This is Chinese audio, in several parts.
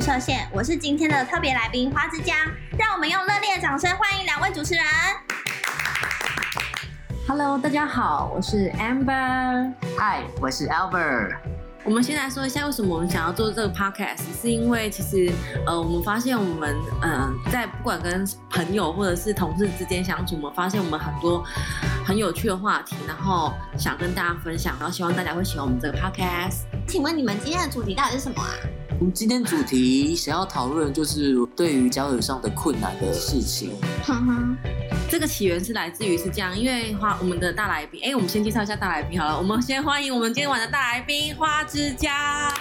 设限，我是今天的特别来宾花枝江，让我们用热烈的掌声欢迎两位主持人。 Hello， 大家好，我是 Amber。 Hi， 我是 Albert。 我们先来说一下为什么我们想要做这个 podcast， 是因为其实我们发现我们在不管跟朋友或者是同事之间相处，我们发现我们很多很有趣的话题，然后想跟大家分享，然后希望大家会喜欢我们这个 podcast。 请问你们今天的主题到底是什么啊？ 我们今天主题想要讨论就是对于交友上的困难的事情。 这个起源是来自于是这样，因为我们的大来宾，我们先介绍一下大来宾好了。我们先欢迎我们今天晚的大来宾花枝江。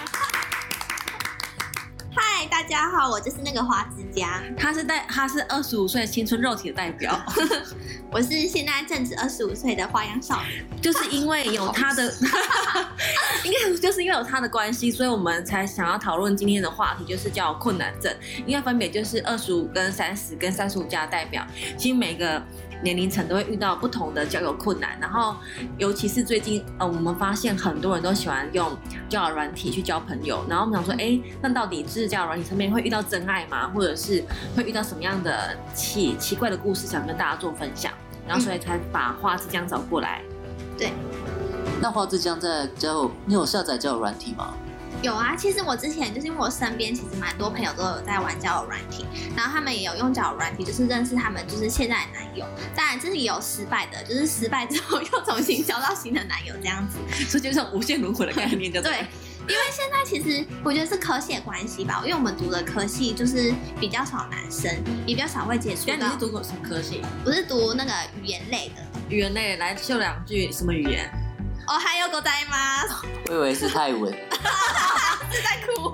嗨，大家好，我就是那个花枝江。 他是25岁青春肉体的代表。 我是现在正值25岁的花样少女。 就是因为有他的，应该就是因为有他的关系，所以我们才想要讨论今天的话题，就是叫困难症。应该分别就是25跟30跟35加代表，其实每个年龄层都会遇到不同的交友困难，然后尤其是最近我们发现很多人都喜欢用交友软体去交朋友，然后我们想说那到底是交友软体上面会遇到真爱吗？或者是会遇到什么样的奇怪的故事想跟大家做分享，然后所以才把花枝江找过来。 对， 那花枝江在你有下载交友软体吗？ 有啊，其实我之前就是因为我身边其实蛮多朋友都有在玩交友软体，然后他们也有用交友软体，就是认识他们就是现在的男友。当然，这是也有失败的，就是失败之后又重新交到新的男友这样子， 所以就是无限轮回的概念，就对。因为现在其实我觉得是科系的关系吧，因为我们读的科系就是比较少男生，也比较少会接触到。 你是读过什么科系？ 我是读那个语言类的。 语言类，来秀两句什么语言？ 哦，还有ございます。 我以为是泰文。 是在哭。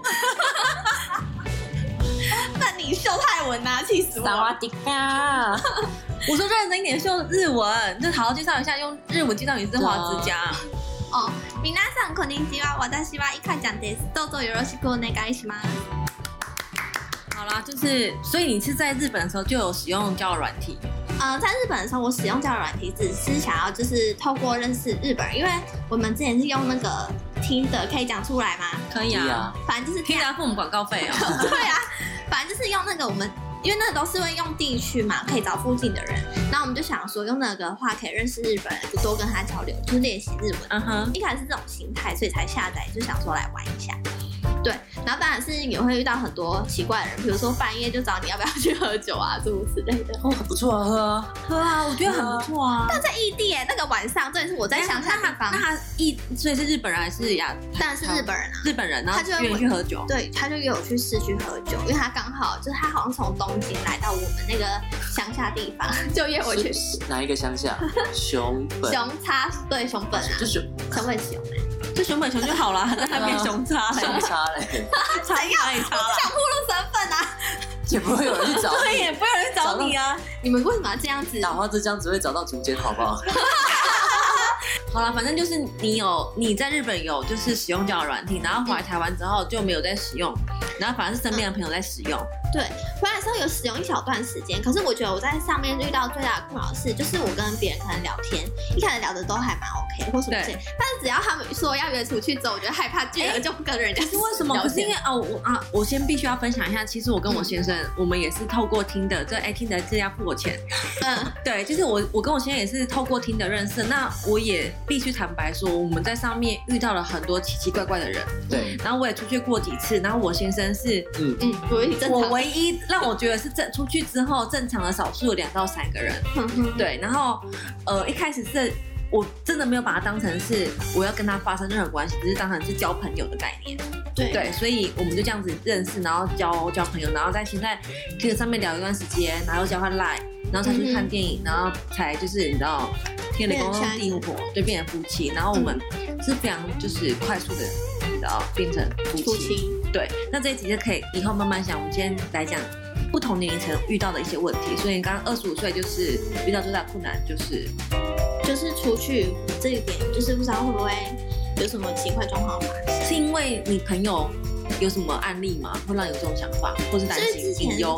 那你秀泰文啊，气死我了！ 萨瓦迪卡。我说认真一点，秀日文，就好好介绍一下，用日文介绍你是花枝江。 哦，皆さんこんにちは。私はイカちゃんです。どうぞよろしくお願いします。 好啦，就是所以你是在日本的时候就有使用交友软体？ 在日本的时候，我使用交友软体只是想要就是透过认识日本人，因为我们之前是用那个听的，可以讲出来吗？ 可以啊， 反正就是听着付我们广告费哦。 对啊，反正就是用那个我们。因为那个都是会用地区嘛，可以找附近的人。然后我们就想说，用那个的话可以认识日本人，就多跟他交流，就是练习日文。一开始是这种心态，所以才下载，就想说来玩一下。对，然后当然是也会遇到很多奇怪的人，比如说半夜就找你要不要去喝酒啊，诸如此类的。 哦，很不错啊， 喝啊，我觉得很不错啊。 但在异地耶，那个晚上，这也是我在乡下地方。 那他所以是日本人还是当然是日本人啊。 日本人，然后他就约你去喝酒。 对，他就约我去市区喝酒，因为他刚好就是他好像从东京来到我们那个乡下地方，就约我去。 哪一个乡下？熊本。 对，熊本啊。 就熊本熊就熊本熊就好了，在那边熊差嘞。 熊差嘞。 怎样？我不想暴露身份啊。 也不会有人去找你。 对，也不会有人找你啊。 你们为什么要这样子？ 打花枝江只会找到竹间，好不好？ 好了，反正就是你在日本有就是使用交友软体，然后回来台湾之后就没有再使用，然后反而是身边的朋友在使用。 对，回来的时候有使用一小段时间，可是我觉得我在上面遇到最大的困扰是，就是我跟别人可能聊天，一开始聊的都还蛮 OK 或什么之类，但是只要他们说要约出去之后，我觉得害怕拒绝，就不跟人家。 可是为什么？可是因为我先必须要分享一下，其实我跟我先生，我们也是透过听的，听的这要付我钱。对，就是我跟我先生也是透过听的认识，那我也必须坦白说，我们在上面遇到了很多奇奇怪怪的人。 对， 然后我也出去过几次，然后我先生是我唯一让我觉得是出去之后正常的少数有2到3个人。对，然后一开始是我真的没有把它当成是我要跟他发生任何关系，只是当成是交朋友的概念。对，所以我们就这样子认识，然后交朋友，然后在现在听着上面聊一段时间，然后交换 LINE， 然后才去看电影，然后才就是你知道天雷勾动地火，对，变成夫妻。然后我们是非常就是快速的，你知道变成夫妻。对，那这一集就可以以后慢慢想。我们今天来讲不同年龄层遇到的一些问题。所以你刚刚25岁就是遇到最大的困难就是出去这一点，就是不知道会不会有什么奇怪状况发生。 是因为你朋友有什么案例吗？会让你有这种想法，或是担心隐忧？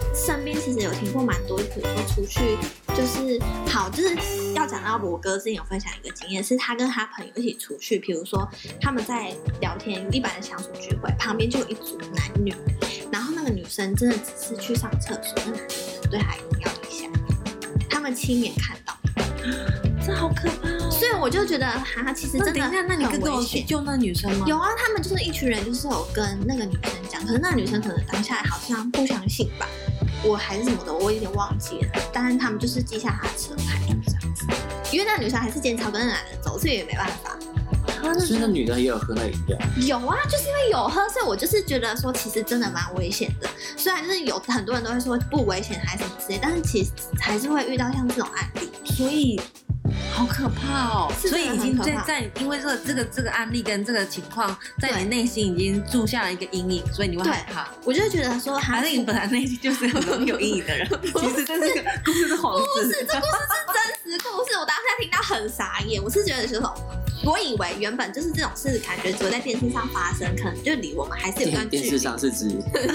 身边其实有听过蛮多，比如说出去就是要讲到罗哥之前有分享一个经验，是他跟他朋友一起出去，比如说他们在聊天一般的相处聚会，旁边就有一组男女，然后那个女生真的只是去上厕所，那男生对她硬要一下，他们亲眼看到， 这好可怕哦！ 所以我就觉得其实真的很危险。 那等一下，那你跟我去救那女生吗？ 有啊，他们就是一群人，就是有跟那个女生讲，可是那个女生可能当下好像不相信吧，我还是什么的，我有点忘记了。但是他们就是记下她的车牌，就是这样子。因为那个女生还是坚持要跟那男人走，所以也没办法。 所以那女的也有喝那饮料？ 有啊，就是因为有喝，所以我就是觉得说，其实真的蛮危险的。虽然就是有很多人都会说不危险还是什么之类，但是其实还是会遇到像这种案例， 所以好可怕哦！所以已经在因为这个案例跟这个情况，在你内心已经住下了一个阴影，所以你会害怕。 我就会觉得说， 反正你本来内心就是很容易有阴影的人，其实这是个故事的幌子。 不是，这故事是真实故事。我当时听到很傻眼，我是觉得就是说。我以为原本就是这种事，感觉只会在电视上发生，可能就离我们还是有段距离。 电视上是指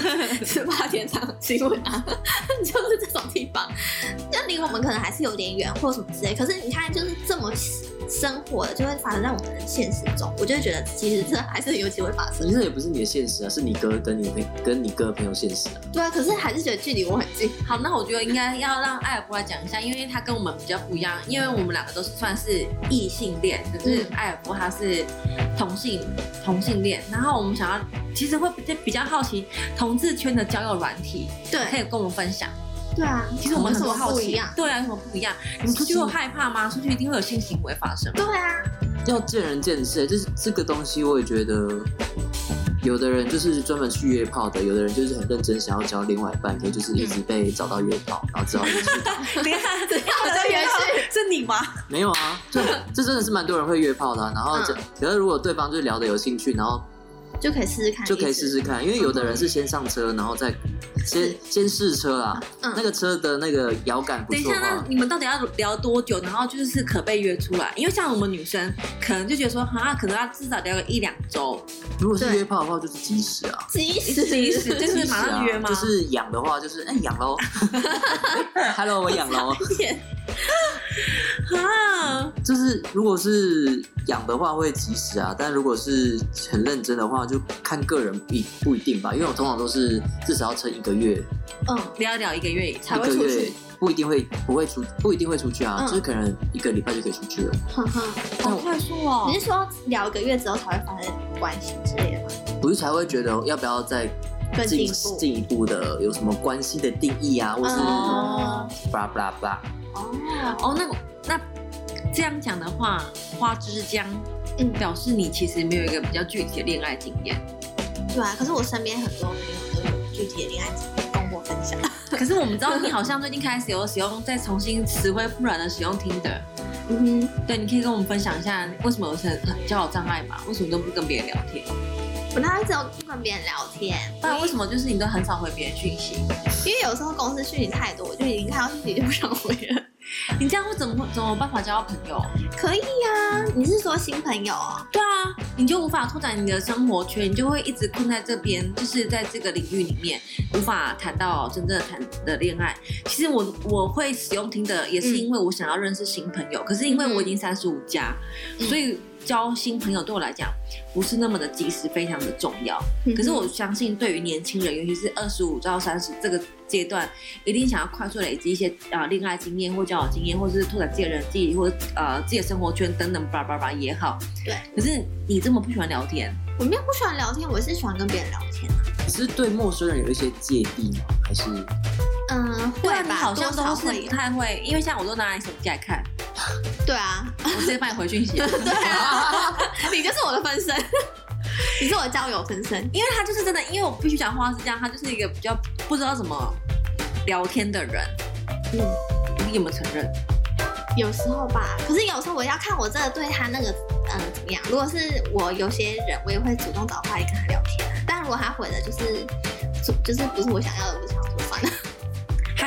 18天上新闻啊，就是这种地方，就离我们可能还是有点远，或什么之类。可是你看，就是这么生活的，就会发生在我们的现实中。我就会觉得，其实这还是有机会发生。 这也不是你的现实啊，是你哥跟你哥的朋友现实啊。 对啊，可是还是觉得距离我很近。 好，那我觉得应该要让艾尔波来讲一下，因为他跟我们比较不一样，因为我们两个都是算是异性恋，可是艾尔波他是同性恋，然后我们想要其实会比较好奇同志圈的交友软体，对，可以跟我们分享。 对啊， 其实我们很多好奇，对啊，有什么不一样？你们出去会害怕吗？出去一定会有性行为发生吗？ 对啊， 要见仁见智。这个东西，我也觉得，有的人就是专门去约炮的，有的人就是很认真想要交另外一半，可就是一直被找到约炮，然后只好约去到。 等一下，我在约去，是你吗？ 没有啊，这真的是蛮多人会约炮的啊。然后可是如果对方就是聊得有兴趣，然后就可以试试看， 因为有的人是先上车，然后再先试车啦，那个车的那个摇感不错。 等一下，那你们到底要聊多久，然后就是可被约出来？因为像我们女生可能就觉得说，可能要至少聊个1-2周。 如果是约炮的话，就是即时啊， 即时就是马上约吗？ 就是养的话，就是养喽，Hello， 我养喽。就是如果是养的话会及时啊，但如果是很认真的话，就看个人不一定吧。因为我通常都是至少要撑1个月， 聊一聊1个月才会出去， 不一定会出去啊，就是可能1个礼拜就可以出去了。 好快速哦！ 你是说聊1个月之后才会发生关系之类的吗？ 不是才会觉得要不要再更进一步的有什么关系的定义啊，或是blah blah blah。 那这样讲的话，花枝江表示你其实没有一个比较具体的恋爱经验。 对啊，可是我身边很多朋友都有具体的恋爱经验跟我分享。 可是我们知道你好像最近开始有使用，再重新死灰复燃的使用 Tinder。对，你可以跟我们分享一下为什么有交友障碍嘛？为什么都不跟别人聊天？ 我哪里只有不跟别人聊天？ 不然为什么就是你都很少回别人讯息？ 因为有时候公司讯息太多，我就已经看到讯息就不想回了。 你这样会怎么办法交到朋友？ 可以啊，你是说新朋友啊？ 对啊，你就无法拓展你的生活圈，你就会一直困在这边，就是在这个领域里面无法谈到真正的恋爱。其实我会使用Tinder也是因为我想要认识新朋友，可是因为我已经35加，所以交新朋友对我来讲不是那么的及时，非常的重要。可是我相信对于年轻人，尤其是25到30这个阶段，一定想要快速累积一些恋爱经验或交友经验，或是拓展自己的人际，或者自己的生活圈等等叭叭叭也好。 对。 可是你这么不喜欢聊天？ 我没有不喜欢聊天，我是喜欢跟别人聊天啊。 你是对陌生人有一些芥蒂吗？还是？ 会吧， 你好像都是不太会，因为像我都拿你手机来看。 对啊， 我直接帮你回讯息。 对啊，你就是我的分身，你是我的交友分身。 因为他就是真的，因为我必须讲话是这样，他就是一个比较不知道怎么聊天的人。你有没有承认？ 有时候吧，可是有时候我要看我真的对他那个怎么样。如果是我有些人，我也会主动找话题跟他聊天。但如果他回的就是不是我想要的，我就想说算了。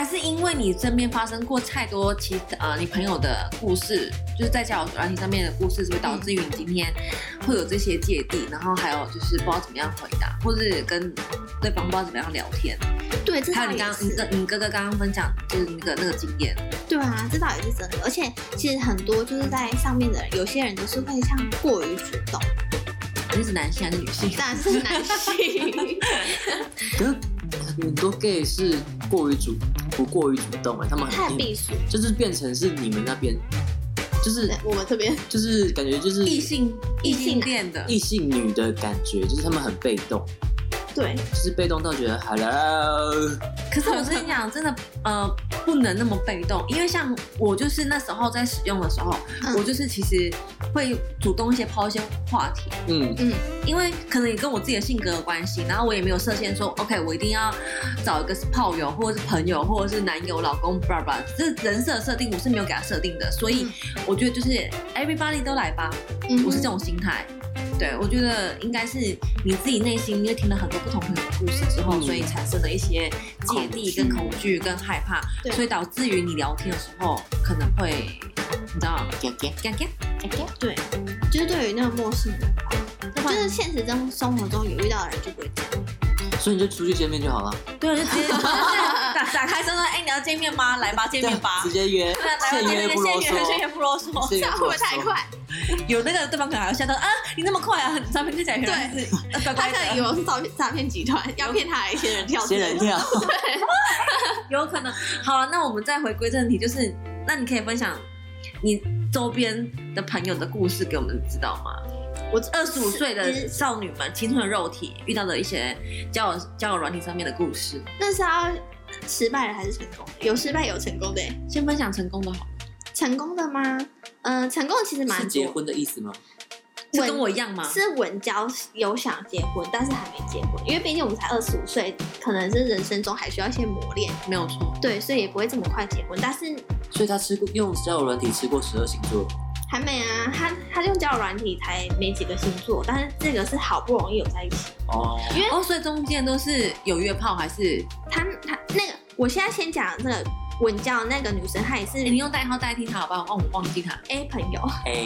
是因为你身边发生过太多你朋友的故事，就是在交友软体上面的故事，所以导致于你今天会有这些芥蒂，然后还有就是不知道怎么样回答，或是跟对方不知道怎么样聊天。 对，这还有你哥哥刚刚分享就是那个经验。 对啊，这倒也是真的，而且其实很多就是在上面的人，有些人都是会像过于主动。 你是男性还是女性？ 当然是男性。 可是很多 gay 是不过于主动他们很太避暑， 就是变成是你们那边，就是我们这边， 就是感觉就是异性恋的异性女的感觉，就是他们很被动。 对， 就是被动到觉得 hello。 可是我跟你讲，真的不能那么被动，因为像我就是那时候在使用的时候，我就是其实会主动抛一些话题，因为可能也跟我自己的性格有关系，然后我也没有设限说 OK 我一定要找一个炮友或者是朋友或者是男友老公 blah blah， 这人设设定我是没有给他设定的，所以我觉得就是 everybody 都来吧，我是这种心态。对，我觉得应该是你自己内心因为听了很多不同朋友的故事之后，所以产生了一些芥蒂、跟恐惧、跟害怕，所以导致于你聊天的时候可能会，你知道， 对，就是对于那个陌生人，就是现实中生活中有遇到的人就不会这样。 所以你就出去见面就好了。 对，就直接打开说，哎，你要见面吗？来吧，见面吧， 直接约，现约不啰嗦， 现约不啰嗦， 这样会不会太快？ 有那个对方可能还要吓到啊，你那么快啊，照片看起来原来是他可能以为是诈骗集团，要骗他一些人跳， 仙人跳， 对， 有可能。好了，那我们再回归正题，就是那你可以分享你周边的朋友的故事给我们知道吗？我25岁的少女们，青春的肉体遇到的一些交友软体上面的故事。 那是要失败了还是成功？有失败有成功的耶。 先分享成功的好了。 成功的吗？成功其实蛮多。 是结婚的意思吗？ 是跟我一样吗？ 是稳交，有想结婚，但是还没结婚，因为毕竟我们才25岁，可能是人生中还需要一些磨练。 没有错。 对，所以也不会这么快结婚。但是， 所以他用交友软体吃过12星座。 还没啊，他用交友软体才没几个星座，但是这个是好不容易有在一起哦， 因为所以中间都是有约炮还是他那个，我现在先讲这个稳交那个女生，她也是你用代号代替她好不好？我忘记她 A 朋友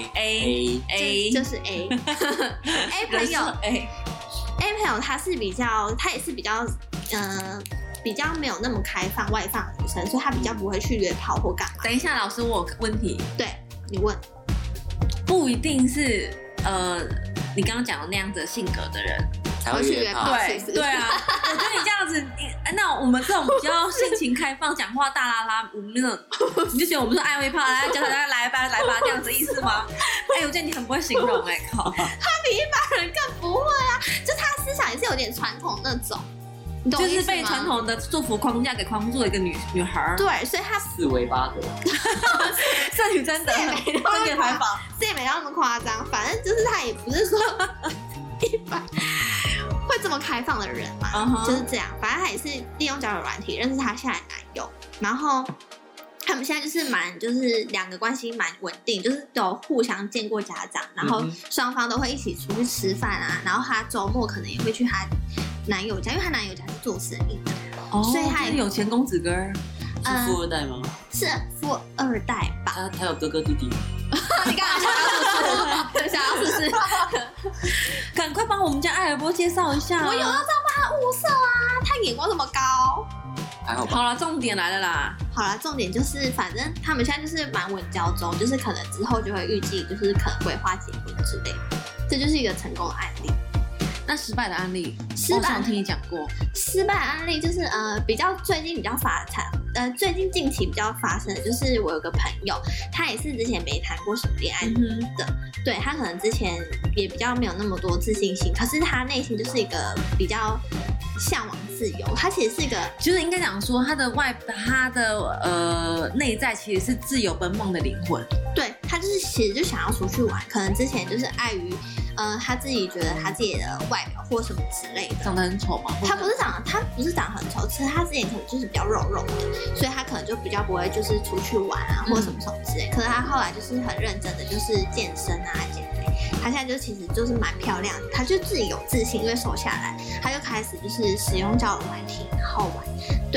A 就是 A 朋友 A 朋友，她也是比较没有那么开放外放的女生，所以她比较不会去约炮或干嘛。 等一下，老师我有问题， 对你问。 不一定是你刚刚讲的那样子的性格的人才会约炮， 对啊，我觉得你这样子，那我们这种比较性情开放、讲话大拉拉，我们那种你就觉得我们是爱约炮，来叫大家来吧这样子意思吗？我觉得你很不会形容靠， 他比一般人更不会啊，就他思想也是有点传统那种。 就是被传统的束缚框架给框住的一个女孩。 对，所以她 4维8德， 这女真的很分别排法， 这也没到那么夸张。反正就是她也不是说一般会这么开放的人嘛，就是这样。反正她也是利用交友软体认识她现在的男友，然后他们现在就是两个关系蛮稳定，就是都有互相见过家长，然后双方都会一起出去吃饭啊，然后她周末可能也会去她男友家，因为她男友家是做生意的，所以她也有钱公子哥， 是富二代吗？ 是富二代吧？ 他有哥哥弟弟。 你干嘛想要是不是？ 赶快帮我们家艾尔波介绍一下。 我有要这样帮他物色啊，他眼光这么高。 还好吧。 好了，重点来了啦。 好了，重点就是反正他们现在就是蛮稳交中，就是可能之后就会预计就是可能规划结婚之类的，这就是一个成功的案例。 那失败的案例，我想听你讲过。失败的案例就是最近比较最近近期比较发生的，就是我有个朋友，他也是之前没谈过什么恋爱的，对，他可能之前也比较没有那么多自信心，可是他内心就是一个比较向往自由，他其实是一个， 就是应该讲说他的内在其实是自由奔放的灵魂， 对，他就是其实就想要出去玩，可能之前就是碍于他自己觉得他自己的外表或什么之类的， 长得很丑吗？ 他不是长得很丑，其实他之前可能就是比较肉的，所以他可能就比较不会就是出去玩啊或什么之类。可是他后来就是很认真的就是健身啊减肥，他现在就其实就是蛮漂亮的，他就自己有自信，因为瘦下来，他就开始就是使用交友软体然后玩。对，他一开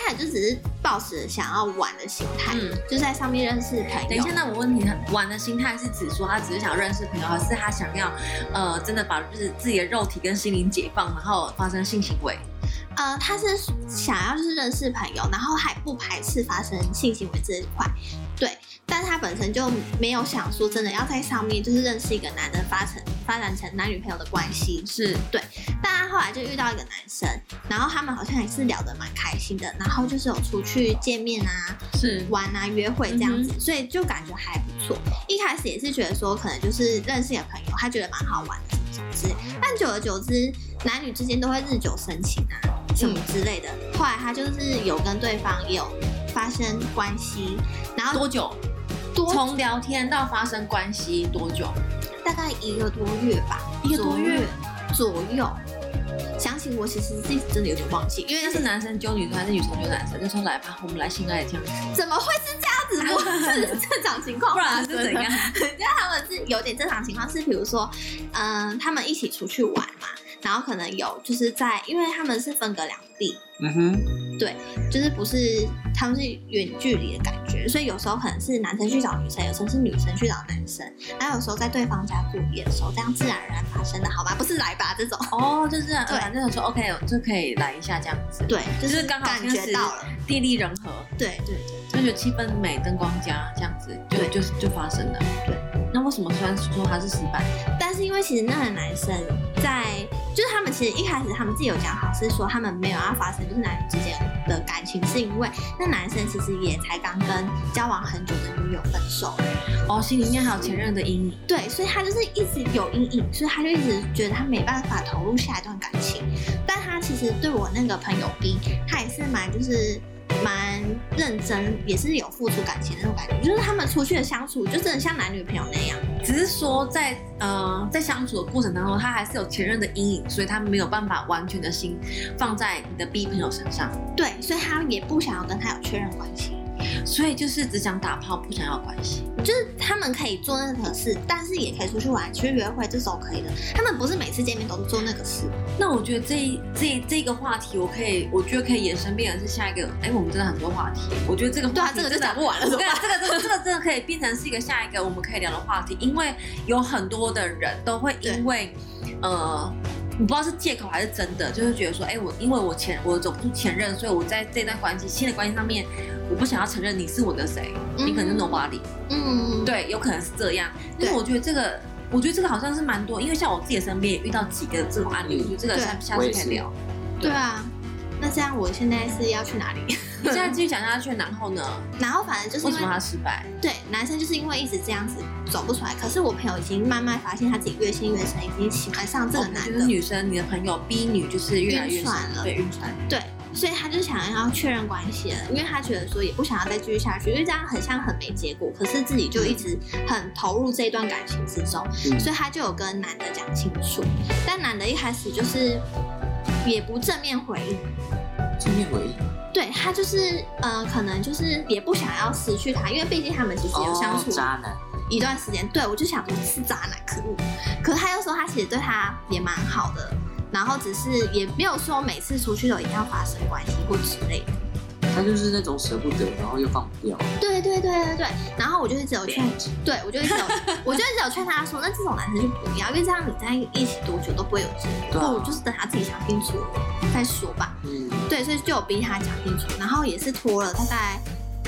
开始就只是抱持想要玩的心态，就在上面认识朋友。 等一下，那我问题，玩的心态是指说他只是想认识朋友，还是他想要真的把就是自己的肉体跟心灵解放，然后发生性行为？ 他是想要就是认识朋友，然后还不排斥发生性行为这一块，对。但是他本身就没有想说真的要在上面就是认识一个男的发展成男女朋友的关系， 是对。但他后来就遇到一个男生，然后他们好像也是聊得蛮开心的，然后就是有出去见面啊， 是玩啊，约会这样子，所以就感觉还不错。一开始也是觉得说可能就是认识一个朋友，他觉得蛮好玩的什么之类，但久而久之，男女之间都会日久生情啊，什么之类的。后来他就是有跟对方也有发生关系，然后多久？从聊天到发生关系多久？ 大概1个多月吧 ，1个多月左右。详情我其实自己真的有点忘记，因为那是男生揪女生还是女生揪男生？就说来吧，我们来性爱这样子。 怎么会是这样子？不是正常情况， 不然是怎样？ 就他们是有点正常情况，是比如说，他们一起出去玩嘛，然后可能有就是因为他们是分隔两地，对，就是不是他们是远距离的感觉，所以有时候可能是男生去找女生，有时候是女生去找男生，然后有时候在对方家过夜的时候，这样自然而然发生的，好吧？不是来吧这种哦，就是反正说 OK 就可以来一下这样子， 对， 就是刚好感觉到了地利人和， 对， 就觉得气氛美，灯光佳这样子，就发生了，对。那为什么虽然说他是失败， 但是因为其实那个男生就是他们其实一开始他们自己有讲好是说他们没有要发生就是男女之间的感情，是因为那男生其实也才刚跟交往很久的女友分手， 心里面还有前任的阴影， 对，所以他就是一直有阴影，所以他就一直觉得他没办法投入下一段感情。但他其实对我那个朋友 B， 他也是蛮认真，也是有付出感情的那种感觉，就是他们出去的相处就真的像男女朋友那样， 只是说在相处的过程当中，他还是有前任的阴影，所以他没有办法完全的心放在你的 B 朋友身上， 对，所以他也不想要跟他有确认关系， 所以就是只想打炮，不想要关系。 就是他们可以做那个事，但是也可以出去玩、去约会，这是 OK 的。他们不是每次见面都做那个事。 那我觉得这个话题，我觉得可以延伸变成是下一个。我们真的很多话题，我觉得这个话题对啊，这个就讲不完了。 这个真的可以变成是一个下一个我们可以聊的话题，因为有很多的人都会因为你不知道是借口还是真的，就是觉得说，因为我走不出前任，所以我在这段新的关系上面，我不想要承认你是我的谁，你可能是 nobody，对，有可能是这样。但是我觉得这个好像是蛮多，因为像我自己的身边也遇到几个这种案例，我觉得这个下次可以聊。 对啊，那这样我现在是要去哪里？ 你现在继续讲下去，然后呢？ 然后反正就是为什么他失败？ 对，男生就是因为一直这样子走不出来。可是我朋友已经慢慢发现他自己越陷越深，已经喜欢上这个男的。 就是女生，你的朋友 B 女就是越来越晕船了， 对，晕船。 对，所以他就想要确认关系了，因为他觉得说也不想要再继续下去，因为这样很像很没结果。可是自己就一直很投入这一段感情之中，所以他就有跟男的讲清楚。但男的一开始就是也不正面回应。 正面回应？ 对，他就是可能就是也不想要失去他，因为毕竟他们其实有相处渣男一段时间。对，我就想说是渣男，可恶。可是他又说他其实对他也蛮好的，然后只是也没有说每次出去都一定要发生关系或之类的。 他就是那种舍不得，然后又放不掉。 对。然后我就一直有劝，对我就一直有劝他说，那这种男生就不要，因为这样你在一起多久都不会有结果，不如就是等他自己想清楚再说吧。对，所以就有逼他讲清楚，然后也是拖了大概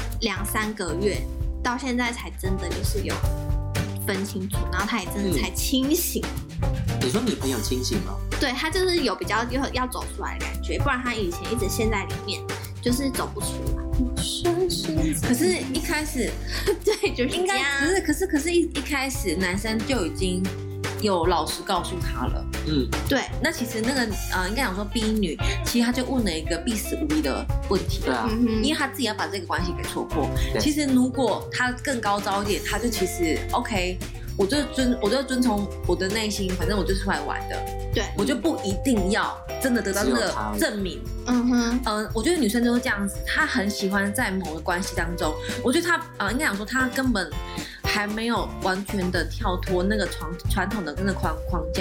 2-3个月，到现在才真的就是有分清楚，然后他也真的才清醒。 你说你朋友清醒吗？ 对，他就是有比较要走出来的感觉，不然他以前一直陷在里面，就是走不出来。 可是一开始， 对，就是应该可是一开始男生就已经有老实告诉他了。 对。 那其实那个应该讲说 B 女，其实他就问了一个必死无疑的问题。 对啊。 因为他自己要把这个关系给戳破。其实如果他更高招一点，他就其实 OK。我就遵从我的内心，反正我就是出来玩的， 对， 我就不一定要真的得到那个证明。我觉得女生就是这样子，她很喜欢在某个关系当中，我觉得她应该讲说她根本还没有完全的跳脱那个传统的那个框架，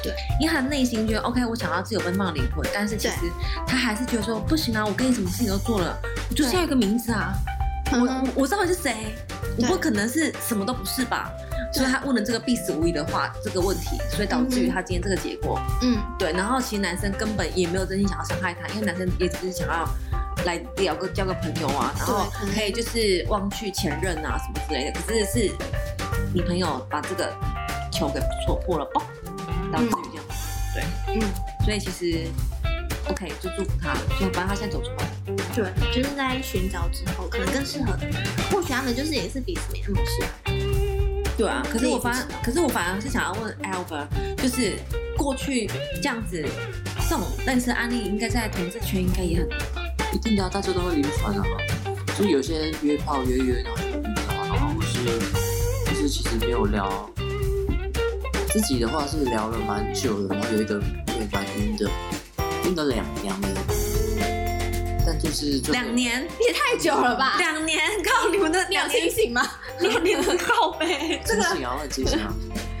对， 因为他的内心觉得 OK， 我想要自由奔放的灵魂，但是其实他还是觉得说不行啊，我跟你什么事情都做了，我就是要一个名字啊，我知道你是谁，我不可能是什么都不是吧？所以他问了这个必死无疑的话，这个问题，所以导致于他今天这个结果。对。然后其实男生根本也没有真心想要伤害他，因为男生也只是想要来交个朋友啊，然后可以就是忘去前任啊什么之类的。可是是你朋友把这个球给戳破了，嘣，导致于这样。对，所以其实 OK 就祝福他，就反正他现在走出来了。 对，就是在寻找之后，可能更适合的人，或许他们就是也是彼此没那么适合。 对啊，可是我反而是想要问 Albert， 就是过去这样子这种类似案例，应该在同志圈应该也很多吧？ 一定的，大家都会晕船啊。就有些人约炮约，然后就晕了，然后就是其实没有聊。自己的话是聊了蛮久的，然后有一个也蛮晕的，晕了2年。但就是 2年也太久了吧 ？2年，靠你们的你有清醒吗 ？2年很靠背， 这个清醒啊，很清醒啊。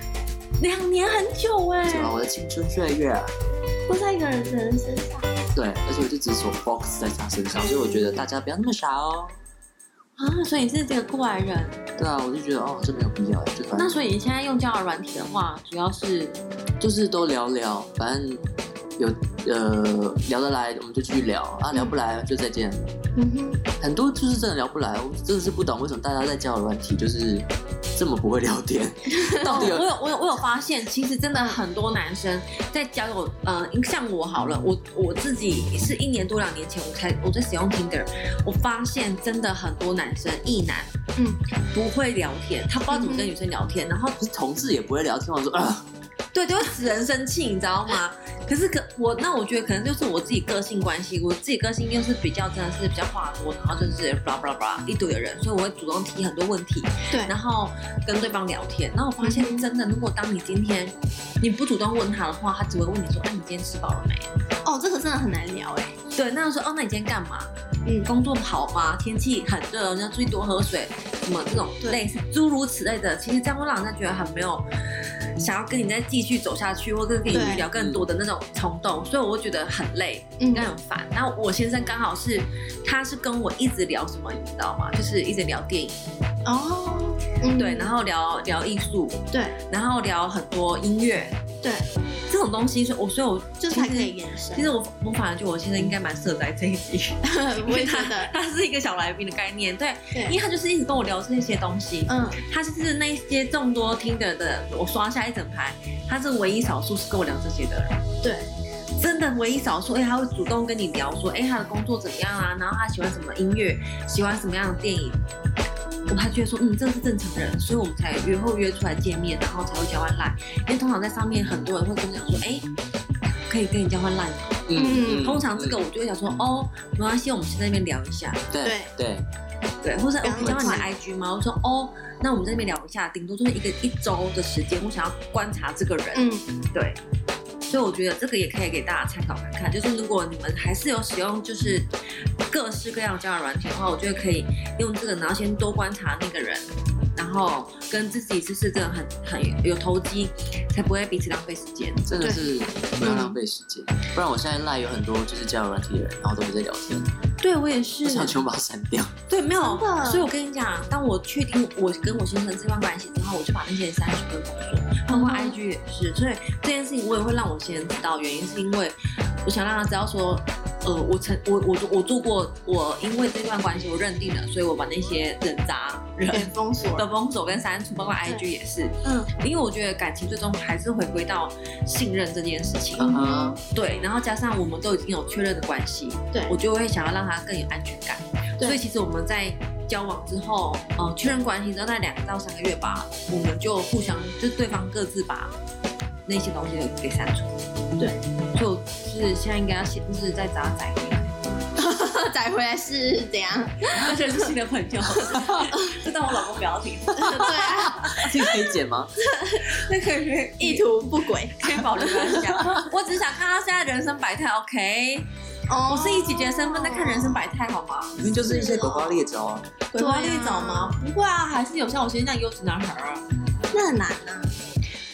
2年很久哎。 对啊，我的青春岁月都在一个人身上。 对，而且我就只所 focus 在他身上，所以我觉得大家不要那么傻哦。 啊，所以你是这个过来人。 对啊，我就觉得这没有必要。 那所以你现在用交友软体的话，主要是就是都聊聊，反正。有聊得来我们就继续聊啊，聊不来就再见。很多就是真的聊不来，我真的是不懂为什么大家在交友软体就是这么不会聊天。到底我有发现，其实真的很多男生在交友，像我好了，我自己是1年多2年前我在使用 Tinder， 我发现真的很多男生异男，不会聊天，他不知道怎么跟女生聊天，然后同志也不会聊天，我说对，就会使人生气，你知道吗？可是我觉得可能就是我自己个性关系，我自己个性又是比较真的是比较话多，然后就是 blah blah blah 一堆的人，所以我会主动提很多问题， 对， 然后跟对方聊天。然后我发现真的，如果当你今天你不主动问他的话，他只会问你说：“你今天吃饱了没？” 哦，这个真的很难聊哎。 对，那说那你今天干嘛？工作好吗？天气很热，你要注意多喝水，什么这种类似诸如此类的，其实这样会让人家觉得很没有想要跟你再继续走下去，或者跟你聊更多的那种冲动，所以我会觉得很累，应该很烦。然后我先生刚好是，他是跟我一直聊什么，你知道吗？就是一直聊电影哦， 对，然后聊艺术，对，然后聊很多音乐， 对。 这种东西，所以我就是还可以延伸。 其实我反而觉得我现在应该蛮适合在这一集， 我也觉得他是一个小来宾的概念，对，因为他就是一直跟我聊这些东西，他就是那些众多听的我刷下一整排，他是唯一少数是跟我聊这些的人，对，真的唯一少数，他会主动跟你聊说，他的工作怎么样啊，然后他喜欢什么音乐，喜欢什么样的电影。他觉得说，这是正常人，所以我们才约出来见面，然后才会交换 LINE。因为通常在上面很多人会跟我讲说，可以跟你交换 LINE 吗？通常这个我就会想说，没关系，我们先在那边聊一下。对，或者我可以交换你的 IG 吗？我说那我们在那边聊一下，顶多就是一周的时间，我想要观察这个人。对。所以我觉得这个也可以给大家参考看看，就是如果你们还是有使用就是各式各样的交友软体的话，我觉得可以用这个，然后先多观察那个人，然后跟自己就是真的很有投机，才不会彼此浪费时间。 真的是不要浪费时间，不然我现在 LINE 有很多就是交友软体的人，然后都是在聊天。 对，我也是。 我想全部把它删掉。 对，没有。所以我跟你讲，当我确定我跟我先生这段关系之后，我就把那些删除跟封锁，包括 IG 也是。所以这件事情我也会让我先生知道，原因是因为我想让他知道说，我做过，我因为这段关系我认定了，所以我把那些人渣人封锁跟删除，包括 IG 也是。因为我觉得感情最终还是回归到信任这件事情。对，然后加上我们都已经有确认的关系，对，我就会想要让他更有安全感。所以其实我们在交往之后，确认关系之后，在2到3个月吧，我们就互相就对方各自把那些东西给删除。对，就是现在应该要就是再把它载回来。 载回来是怎样？ 而且是新的朋友，就当我老公不要听。 对啊， 这个可以剪吗？ 那可以意图不轨， 可以保留一下。我只是想看他现在人生百态 ，OK。我是以姐姐的身份在看人生百态，好吗？ 明明就是一些鬼花猎招啊。 鬼花猎招吗？不会啊，还是有像我现在这样优质男孩啊。 那很难啊。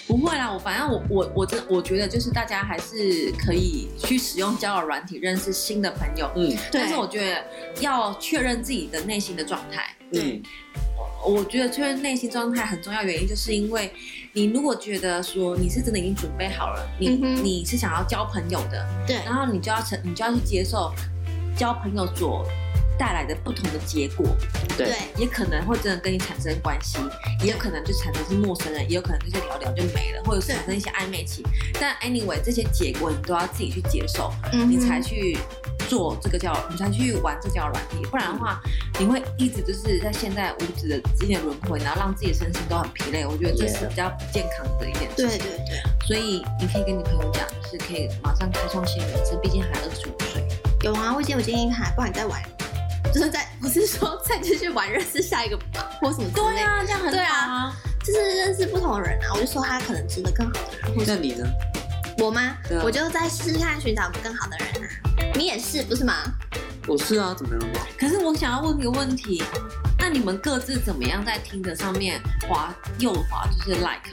不会啦，反正我觉得就是大家还是可以去使用交友软体认识新的朋友，但是我觉得要确认自己的内心的状态，我觉得确认内心状态很重要，原因就是因为你如果觉得说你是真的已经准备好了，你是想要交朋友的， 对， 然后你就要去接受交朋友所带来的不同的结果， 对， 也可能会真的跟你产生关系，也有可能就产生是陌生人，也有可能就是聊聊就没了，或者产生一些暧昧期。但 anyway 这些结果你都要自己去接受，你才去做这个你才去玩这交友软体，不然的话你会一直就是在现在无止的之间轮回，然后让自己身心都很疲累。我觉得这是比较不健康的一件事情。 对， 所以你可以跟你朋友讲，就是可以马上开创新人生，毕竟还25岁。 有啊，我建议他，不然你再玩。就是不是说再继续玩认识下一个或什么之类的。 对啊，这样很好啊。 就是认识不同的人啊，我就说他可能值得更好的人。 那你呢？ 我吗？我就再试试看寻找更好的人啊。你也是不是吗？ 我是啊，怎么样吗？ 可是我想要问一个问题，那你们各自怎么样在Tinder上面右滑就是 like？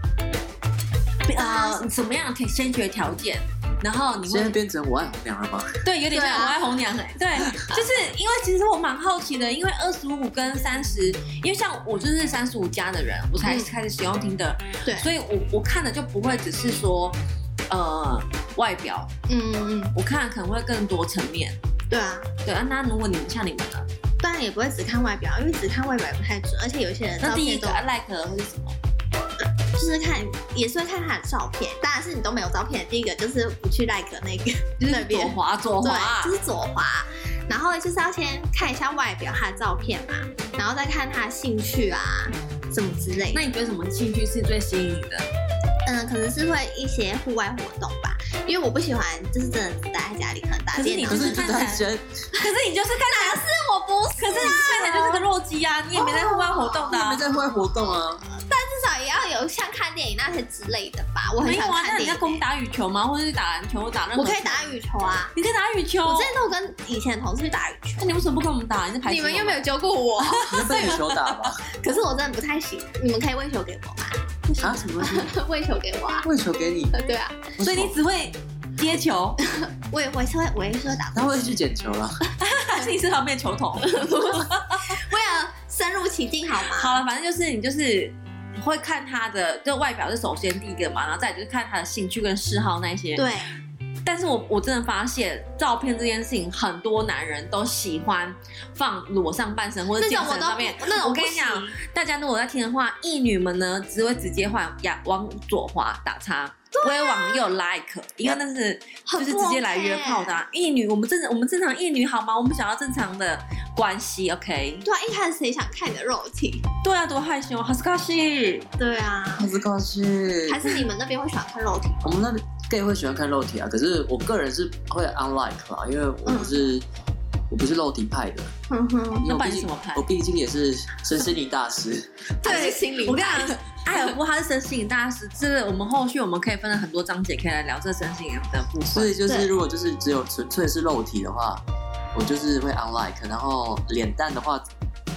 怎么样可以先决条件？然后你现在变成我爱红娘了吗？ 对，有点像我爱红娘对，就是因为其实我蛮好奇的，因为25跟30，因为像我就是35加的人，我才开始使用Tinder，对，所以我看的就不会只是说外表，我看的可能会更多层面。 对啊， 那如果你们像你们呢？ 当然也不会只看外表，因为只看外表也不太准，而且有些人那第一个 like 会是什么？ 就是也是会看他的照片，当然是你都没有照片。第一个就是不去 like 那个， 就是那边左滑， 对，就是左滑。然后就是要先看一下外表，他的照片嘛，然后再看他的兴趣啊，什么之类的。 那你觉得什么兴趣是最吸引你的？ 可能是会一些户外活动吧，因为我不喜欢就是真的只待在家里，可能打电脑。 可是你就是看起来，可是你就是看起来是我不是， 可是你看起来就是个弱鸡啊，你也没在户外活动的， 你也没在户外活动啊。 但至少也要有像看电影那些之类的吧。我很喜欢看电影。 那你在公打羽球吗？或者是打篮球或打任何？ 我可以打羽球啊。 你可以打羽球。 我之前都有跟以前的同事去打羽球。 那你为什么不跟我们打？你在排球？ 你们又没有教过我。 你被羽球打吧。 可是我真的不太行。你们可以喂球给我吗？ 啊？什么？ 喂球给我啊？ 喂球给你？ 对啊。 所以你只会接球？ 我也是会打。 他会去捡球了。 还是你是旁边球童？ 为了深入其境好吗？ 好了，反正就是你就是会看他的就外表是首先第一个嘛，然后再就是看他的兴趣跟嗜好那些。 对。 但是我真的发现照片这件事情，很多男人都喜欢放裸上半身或者健身上面。我跟你讲，大家如果在听的话，异女们呢只会直接往左滑打叉。不会往右 like， 因为那是就是直接来约炮的异女。我们正常异女好吗？我们想要正常的关系 ，OK？ 对啊，一开始谁想看你的肉体？ 对啊，多害羞，哈斯卡西。 对啊， 哈斯卡西。 还是你们那边会喜欢看肉体？ 我们那边 gay 会喜欢看肉体啊，可是我个人是会 unlike 啦，因为我不是肉体派的。 那不然是什么派？ 我毕竟也是身心灵大师。 对，心灵。 我跟你讲，艾尔夫他是身心灵大师，这个我们后续我们可以分了很多章节可以来聊这身心灵的部分。 所以就是如果就是只有纯粹是肉体的话，我就是会 unlike， 然后脸蛋的话，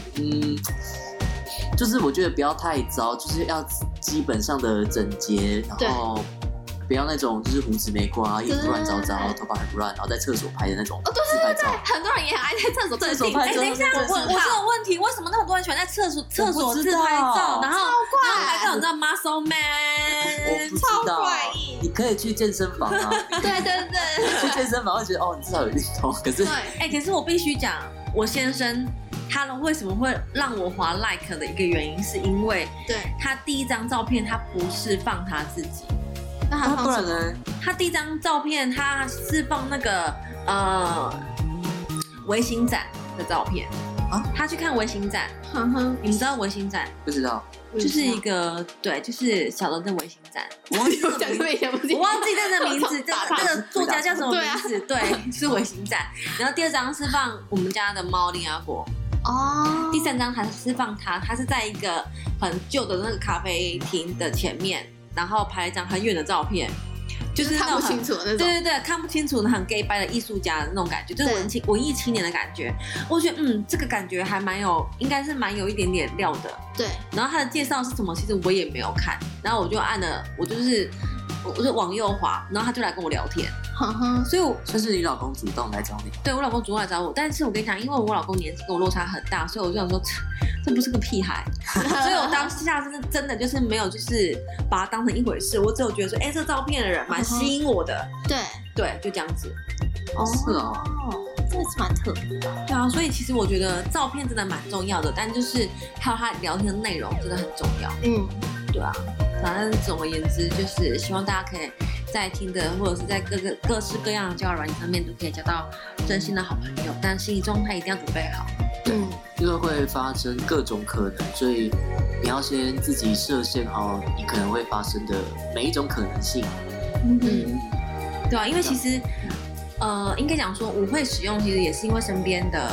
就是我觉得不要太糟，就是要基本上的整洁，然后不要那种就是胡子没刮、衣服乱糟糟、头发很乱，然后在厕所拍的那种自拍照。 很多人也很爱在厕所拍照。等一下，我是有问题，为什么那么多人喜欢在厕所自拍照？然后拍到你知道 muscle man， 我不知道，超怪异。你可以去健身房啊。 对。 去健身房会觉得哦，你至少有运动。可是可是我必须讲，我先生。他为什么会让我滑 like 的一个原因，是因为他第一张照片他不是放他自己， 那他放什么？ 他第一张照片他是放那个微型展的照片啊，他去看微型展。你们知道微型展？ 不知道， 就是一个就是小的微型展。 我忘记那个名字，这个作家叫什么名字？对，是微型展。然后第二张是放我们家的猫林阿果。第三张还是放他是在一个很旧的那个咖啡厅的前面，然后拍了一张很远的照片。 就是看不清楚的那种， 对对对，看不清楚的很 gay 掰的艺术家的那种感觉，就是文艺青年的感觉。我觉得这个感觉还蛮有，应该是蛮有一点点料的。 对。 然后他的介绍是什么？其实我也没有看，然后我就按了，我就往右滑，然后他就来跟我聊天。所以算是你老公主动来找你？ 对，我老公主动来找我，但是我跟你讲，因为我老公年纪跟我落差很大，所以我就想说，这不是个屁孩，所以我当下真的就是没有就是把他当成一回事，我只有觉得说，这照片的人蛮吸引我的。对，就这样子。 是哦， 这是蛮特别的。 对啊，所以其实我觉得照片真的蛮重要的，但就是还有他聊天的内容真的很重要。对啊，反正总而言之，就是希望大家可以在听的或者是在各式各样的交友软件上面都可以交到真心的好朋友，但心理状态一定要准备好。 因为会发生各种可能，所以你要先自己设限好你可能会发生的每一种可能性。 对啊，因为其实应该讲说我会使用，其实也是因为身边的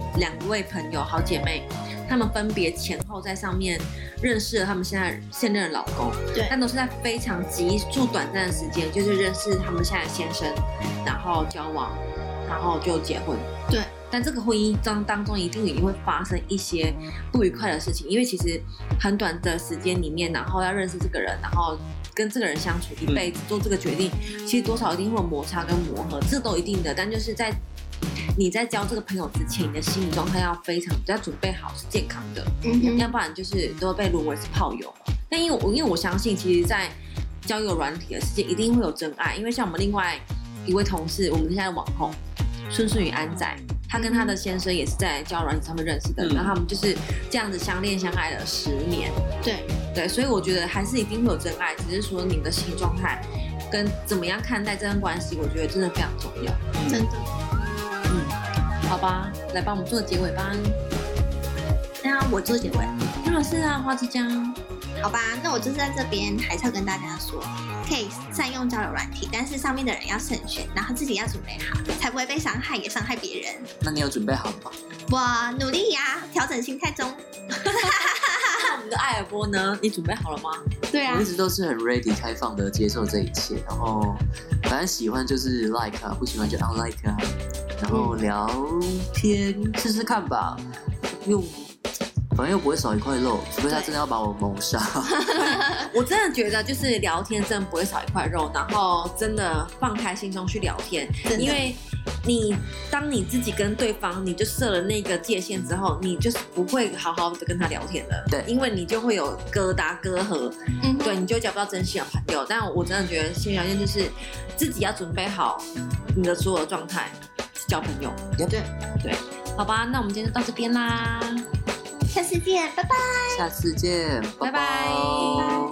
2位朋友好姐妹，她们分别前后在上面认识了他们现任的老公， 对， 但都是在非常急速短暂的时间，就是认识他们现在的先生，然后交往，然后就结婚。 对， 但这个婚姻当中一定会发生一些不愉快的事情，因为其实很短的时间里面，然后要认识这个人，然后跟这个人相处一辈子，做这个决定，其实多少一定会有摩擦跟磨合，这都一定的。但就是你在交这个朋友之前，你的心理状态要准备好，是健康的，要不然就是都会被沦为是炮友。但因为我相信，其实，在交友软体的世界一定会有真爱，因为像我们另外一位同事，我们现在的网红顺顺与安仔，他跟他的先生也是在交友软体上面认识的，然后他们就是这样子相恋相爱了10年。对，所以我觉得还是一定会有真爱，只是说你们的心理状态跟怎么样看待这段关系，我觉得真的非常重要。 真的。 好吧，来帮我们做结尾吧。 那我做结尾。 是啊，花枝酱。 好吧，那我就是在这边还是要跟大家说，可以善用交友软体，但是上面的人要慎选，然后自己要准备好，才不会被伤害，也伤害别人。 那你有准备好吗？ 我努力呀，调整心态中。 那我们的艾尔波呢？你准备好了吗？ 对啊， 我一直都是很 ready 开放的接受这一切，然后反正喜欢就是 like 啊，不喜欢就 unlike 啊，然后聊天试试看吧，反正又不会少一块肉，除非他真的要把我谋杀。 我真的觉得就是聊天真的不会少一块肉，然后真的放开心胸去聊天，因为当你自己跟对方你就设了那个界限之后，你就是不会好好的跟他聊天了。 对， 因为你就会有隔阂，对，你就交不到真心的朋友。但我真的觉得心理条件就是自己要准备好你的所有的状态交朋友。对，好吧，那我们今天就到这边啦。 下次见，拜拜。 下次见， 拜拜。